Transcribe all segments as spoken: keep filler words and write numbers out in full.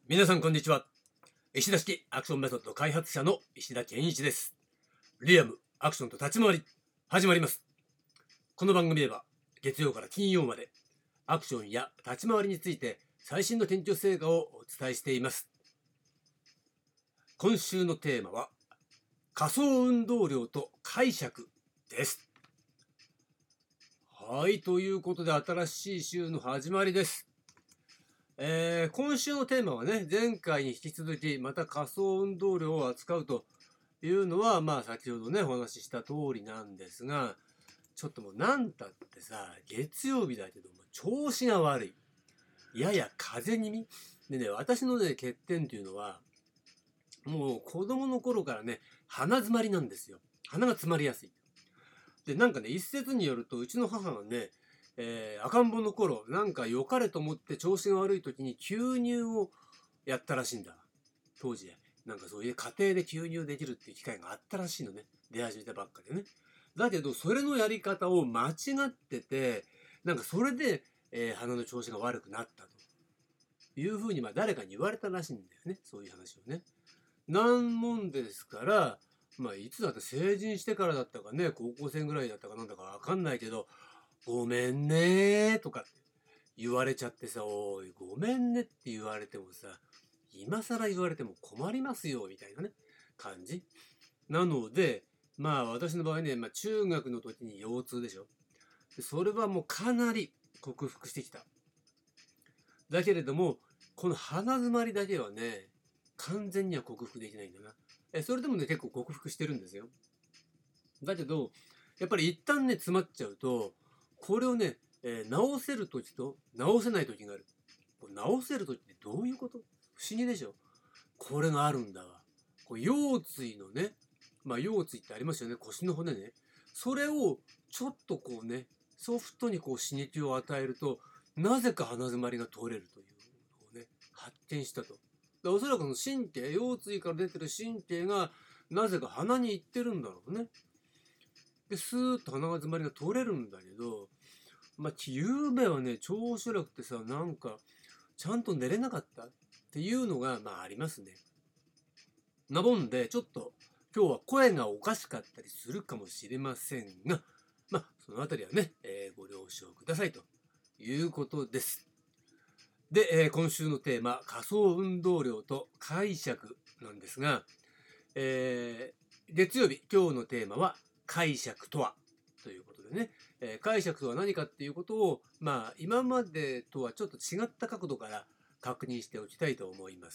皆さんこんにちは。石田式アクションメソッド開発者の石田健一です。リアムアクションと立ち回り始まります。この番組では月曜から金曜までアクションや立ち回りについて最新の研究成果をお伝えしています。今週のテーマは仮想運動量と解釈です。はい、ということで新しい週の始まりです。えー、今週のテーマはね、前回に引き続きまた仮想運動量を扱うというのは、まあ先ほどねお話しした通りなんですが、ちょっともうなんたってさ、月曜日だけども調子が悪い、やや風邪気味でね、私のね欠点っていうのはもう子供の頃からね鼻詰まりなんですよ。鼻が詰まりやすい。でなんかね、一説によるとうちの母がね、えー赤ん坊の頃なんか良かれと思って調子が悪い時に吸入をやったらしいんだ。当時なんかそういう家庭で吸入できるっていう機会があったらしいのね、出始めたばっかでね。だけどそれのやり方を間違ってて、なんかそれで、えー鼻の調子が悪くなったというふうにまあ誰かに言われたらしいんだよね、そういう話をね。なんもんですから、まあいつだって成人してからだったかね、高校生ぐらいだったかなんだかわかんないけど、ごめんねーとかって言われちゃってさ、おい、ごめんねって言われてもさ、今更言われても困りますよ、みたいなね、感じ。なので、まあ私の場合ね、まあ中学の時に腰痛でしょ。それはもうかなり克服してきた。だけれども、この鼻詰まりだけはね、完全には克服できないんだな。え、それでもね、結構克服してるんですよ。だけど、やっぱり一旦ね、詰まっちゃうと、これをね、えー直せる時と直せない時がある。これ直せる時ってどういうこと？不思議でしょ？これがあるんだわ。これ腰椎のね、まあ腰椎ってありますよね、腰の骨ね。それをちょっとこうね、ソフトにこう刺激を与えると、なぜか鼻詰まりが取れるというのをね、発見したと。でおそらくの神経、腰椎から出てる神経がなぜか鼻に行ってるんだろうね。で、スーッと鼻が詰まりが取れるんだけど、まあ、ゆうべはね、調子悪くてさ、なんか、ちゃんと寝れなかったっていうのが、まあ、ありますね。なもんで、ちょっと、今日は声がおかしかったりするかもしれませんが、まあ、そのあたりはね、えーご了承くださいということです。で、えー今週のテーマ、仮想運動量と解釈なんですが、えー月曜日、今日のテーマは、解釈とはということでね、えー解釈とは何かっていうことを、まあ、今までとはちょっと違った角度から確認しておきたいと思います。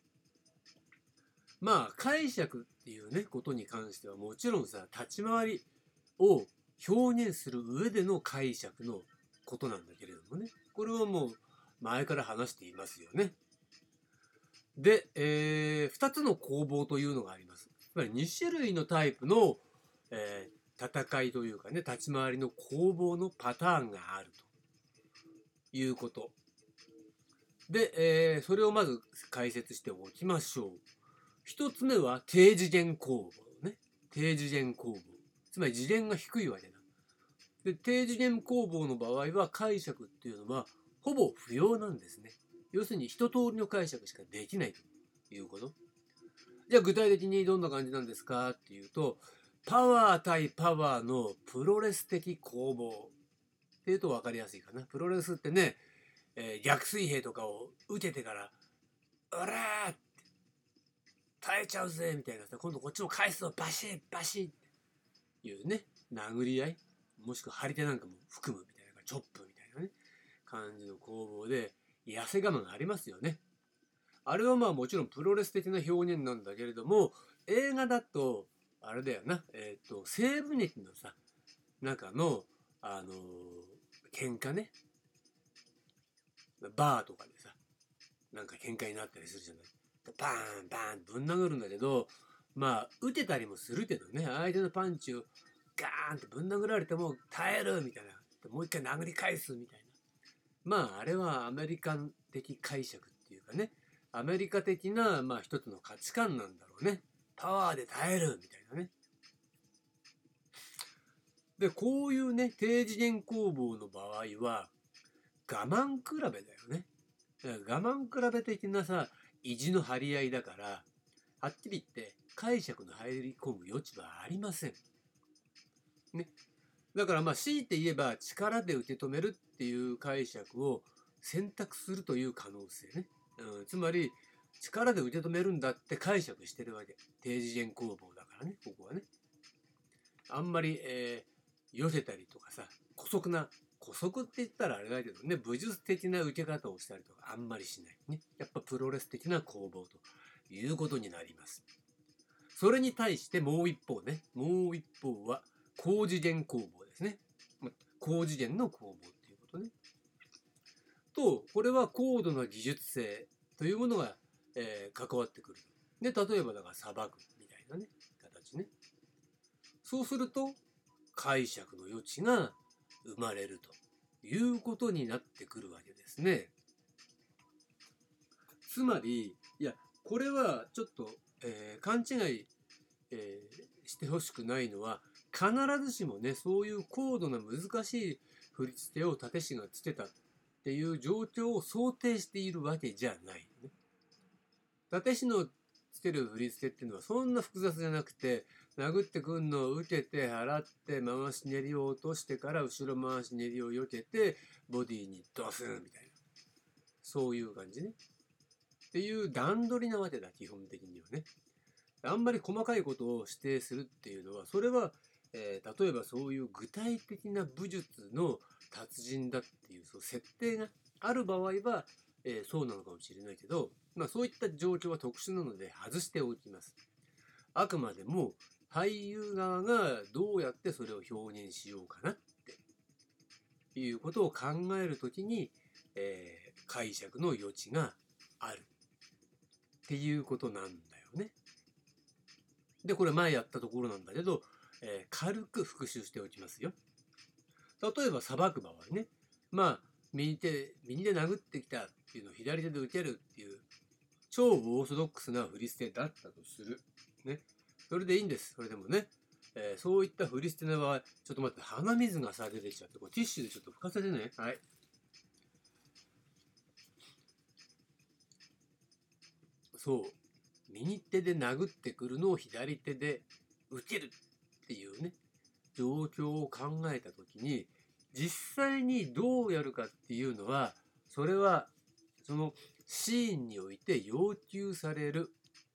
まあ、解釈っていうね、ことに関してはもちろんさ、立ち回りを表現する上での解釈のことなんだけれどもね、これはもう前から話していますよね。で、えー、ふたつの攻防というのがあります。つまりに種類のタイプの、えー戦いというかね、立ち回りの攻防のパターンがあるということ。で、えーそれをまず解説しておきましょう。一つ目は低次元攻防ね。低次元攻防。つまり次元が低いわけだ。で、低次元攻防の場合は解釈っていうのはほぼ不要なんですね。要するに一通りの解釈しかできないということ。じゃあ具体的にどんな感じなんですかっていうと、パワー対パワーのプロレス的攻防っていうと分かりやすいかな。プロレスってね、えー逆水平とかを受けてから「うらー!」って耐えちゃうぜみたいなさ、今度こっちも返すぞバシッバシッっていうね、殴り合い、もしくは張り手なんかも含むみたいな、チョップみたいなね感じの攻防で痩せ我慢がありますよね。あれはまあもちろんプロレス的な表現なんだけれども、映画だとあれだよな、えっ、と西部劇のさ中のあのー喧嘩ね、バーとかでさ、なんか喧嘩になったりするじゃない。バーンバーンぶん殴るんだけど、まあ打てたりもするけどね、相手のパンチをガーンってぶん殴られても耐えるみたいな、もう一回殴り返すみたいな。まああれはアメリカン的解釈っていうかね、アメリカ的なまあ一つの価値観なんだろうね。パワーで耐えるみたいなね。で、こういうね、低次元攻防の場合は、我慢比べだよね。我慢比べ的なさ、 意地の張り合いだから、はっきり言って解釈の入り込む余地はありません。ね。だからまあ強いて言えば力で受け止めるっていう解釈を選択するという可能性ね。うん、つまり力で受け止めるんだって解釈してるわけ。低次元攻防だからね、ここはね。あんまり、えー、寄せたりとかさ、姑息な、姑息って言ったらあれだけどね、武術的な受け方をしたりとかあんまりしないね。やっぱプロレス的な攻防ということになります。それに対してもう一方ね、もう一方は高次元攻防ですね。高次元の攻防っていうことね。と、これは高度な技術性というものが、えー、関わってくる。で、例えばだから裁くみたいなね、形ね。そうすると解釈の余地が生まれるということになってくるわけですね。つまり、いや、これはちょっと、えー、勘違い、えー、してほしくないのは、必ずしもね、そういう高度な難しい振り付けを立石がつけたっていう状況を想定しているわけじゃないね。立石のつける振り付けっていうのはそんな複雑じゃなくて、殴ってくんのを受けて払って回し練りを落としてから後ろ回し練りを避けてボディにドスンみたいな、そういう感じねっていう段取りなわけだ、基本的にはね。あんまり細かいことを指定するっていうのは、それは、えー、例えばそういう具体的な武術の達人だっていうその設定がある場合は、えー、そうなのかもしれないけど、まあ、そういった状況は特殊なので外しておきます。あくまでも俳優側がどうやってそれを表現しようかなっていうことを考えるときに、えー、解釈の余地があるっていうことなんだよね。で、これ前やったところなんだけど、えー、軽く復習しておきますよ。例えば、さばく場合ね。まあ、右手、右で殴ってきたっていうのを左手で受けるっていう、超オーソドックスな振り捨てだったとする。ね。それでいいんです。それでもね。えー、そういった振り捨ての場合、ちょっと待って、鼻水がさ、出てきちゃって、これティッシュでちょっと拭かせてね。はい。そう。右手で殴ってくるのを左手で受けるっていうね、状況を考えたときに、実際にどうやるかっていうのは、それはそのシーンにおいて要求される、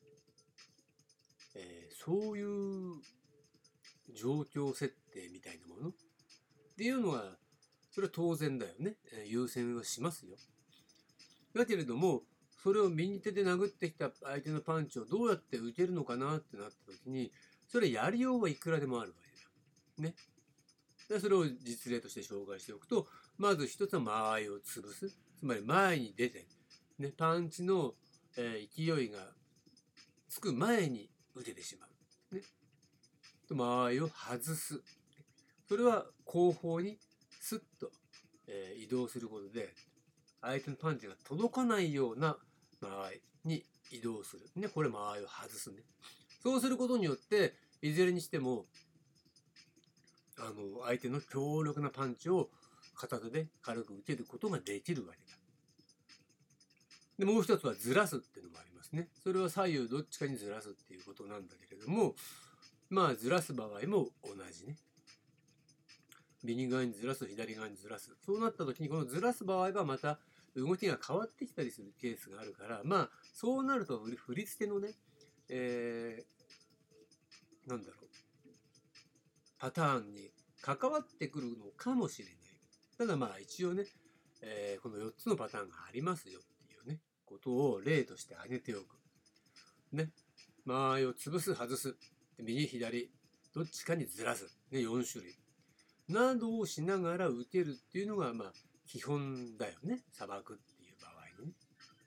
えー、そういう状況設定みたいなものっていうのは、それは当然だよね。優先はしますよ。だけれども、それを右手で殴ってきた相手のパンチをどうやって受けるのかなってなった時に、それやりようはいくらでもあるわけだ。ね。でそれを実例として紹介しておくと、まず一つは間合いを潰す。つまり前に出て、ね、パンチの、えー、勢いがつく前に打ててしまう。ね。と間合いを外す。それは後方にスッと、えー、移動することで、相手のパンチが届かないような間合いに移動する。ね、これ間合いを外すね。そうすることによって、いずれにしても、あの、相手の強力なパンチを片手で軽く受けることができるわけだ。で、もう一つはずらすっていうのもありますね。それは左右どっちかにずらすっていうことなんだけれども、まあ、ずらす場合も同じね。右側にずらす、左側にずらす。そうなった時に、このずらす場合はまた動きが変わってきたりするケースがあるから、まあ、そうなると振り付けのね、えー、なんだろう、パターンに関わってくるのかもしれない。ただまあ一応ね、えー、このよっつのパターンがありますよっていうね、ことを例として挙げておく。ね。間合いを潰す、外す。右、左、どっちかにずらす。ね、よん種類。などをしながら受けるっていうのが、まあ、基本だよね。裁くっていう場合にね。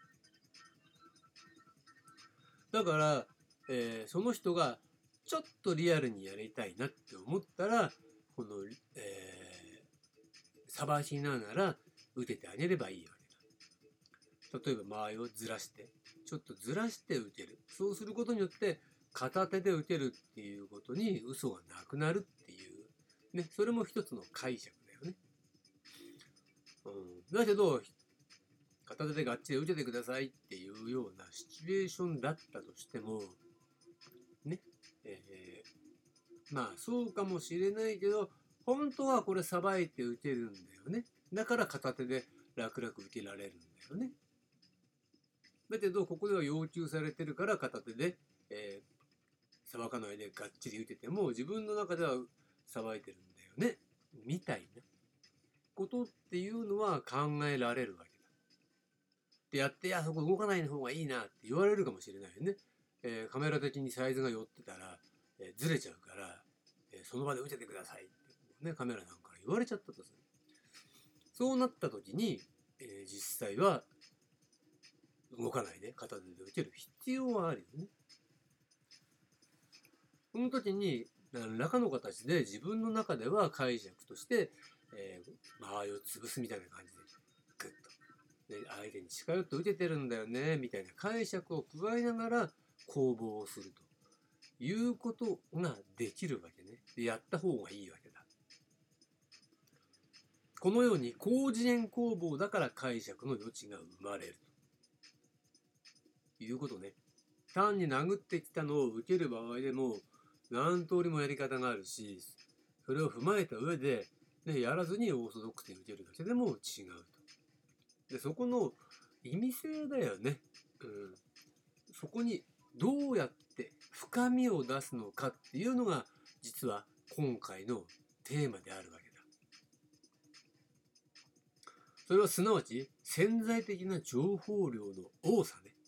だから、えー、その人がちょっとリアルにやりたいなって思ったら、この、えー、さばきながら受けてあげればいいわけだ。例えば間合いをずらして、ちょっとずらして受ける。そうすることによって、片手で受けるっていうことに嘘がなくなるっていう、ね、それも一つの解釈だよね。うん、だけど、 片手でがっちり打ててくださいっていうようなシチュエーションだったとしても、ね、えー、まあそうかもしれないけど、本当はこれさばいて打てるんだよね。だから片手で楽々打てられるんだよね。だけどここでは要求されてるから片手で、えー、さばかないでがっちり打てても自分の中ではさばいてるんだよねみたいなことっていうのは考えられるわけだ。でやって、いやそこ動かない方がいいなって言われるかもしれないよね。えー、カメラ的にサイズが寄ってたら、えー、ずれちゃうから、えー、その場で打ててくださいってね、カメラさんから言われちゃったとする。そうなった時に、えー、実際は動かないで片手で打てる必要はあるよね。その時に何らかの形で自分の中では解釈として、えー、間合いを潰すみたいな感じでグッと、ね、相手に近寄って打ててるんだよねみたいな解釈を加えながら攻防をするということができるわけね。でやった方がいいわけだ。このように高次元攻防だから解釈の余地が生まれるということね。単に殴ってきたのを受ける場合でも何通りもやり方があるし、それを踏まえた上で、ね、やらずにオーソドックスに受けるだけでも違うと。でそこの意味性だよね、うん。そこにどうやって深みを出すのかっていうのが実は今回のテーマであるわけだ。それはすなわち潜在的な情報量の多さね。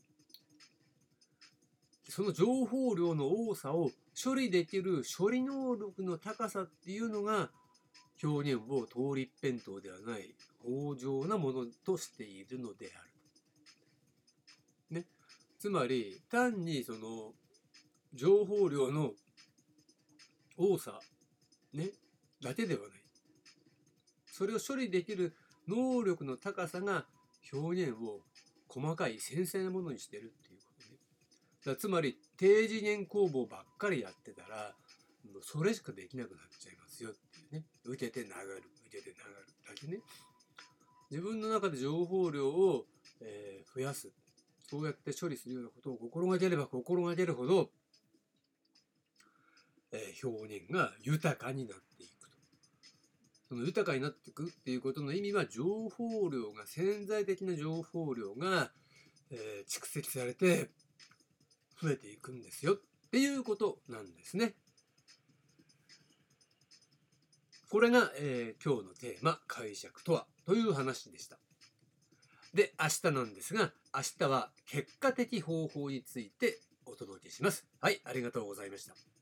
その情報量の多さを処理できる処理能力の高さっていうのが表現を通り一辺倒ではない豊穣なものとしているのである。ね、つまり単にその情報量の多さ、ね、だけではない。それを処理できる能力の高さが表現を細かい繊細なものにしてるっていうことね。だつまり低次元攻防ばっかりやってたらもうそれしかできなくなっちゃいますよっていうね。受けて流る、受けて流るだけね。自分の中で情報量を、えー、増やす。そうやって処理するようなことを心がければ心がけるほど、えー、表現が豊かになっていくと。その豊かになっていくっていうことの意味は情報量が潜在的な情報量が、えー、蓄積されて増えていくんですよっていうことなんですね。これが、えー、今日のテーマ解釈とはという話でした。で明日なんですが、明日は結果的方法についてお届けします。はい、ありがとうございました。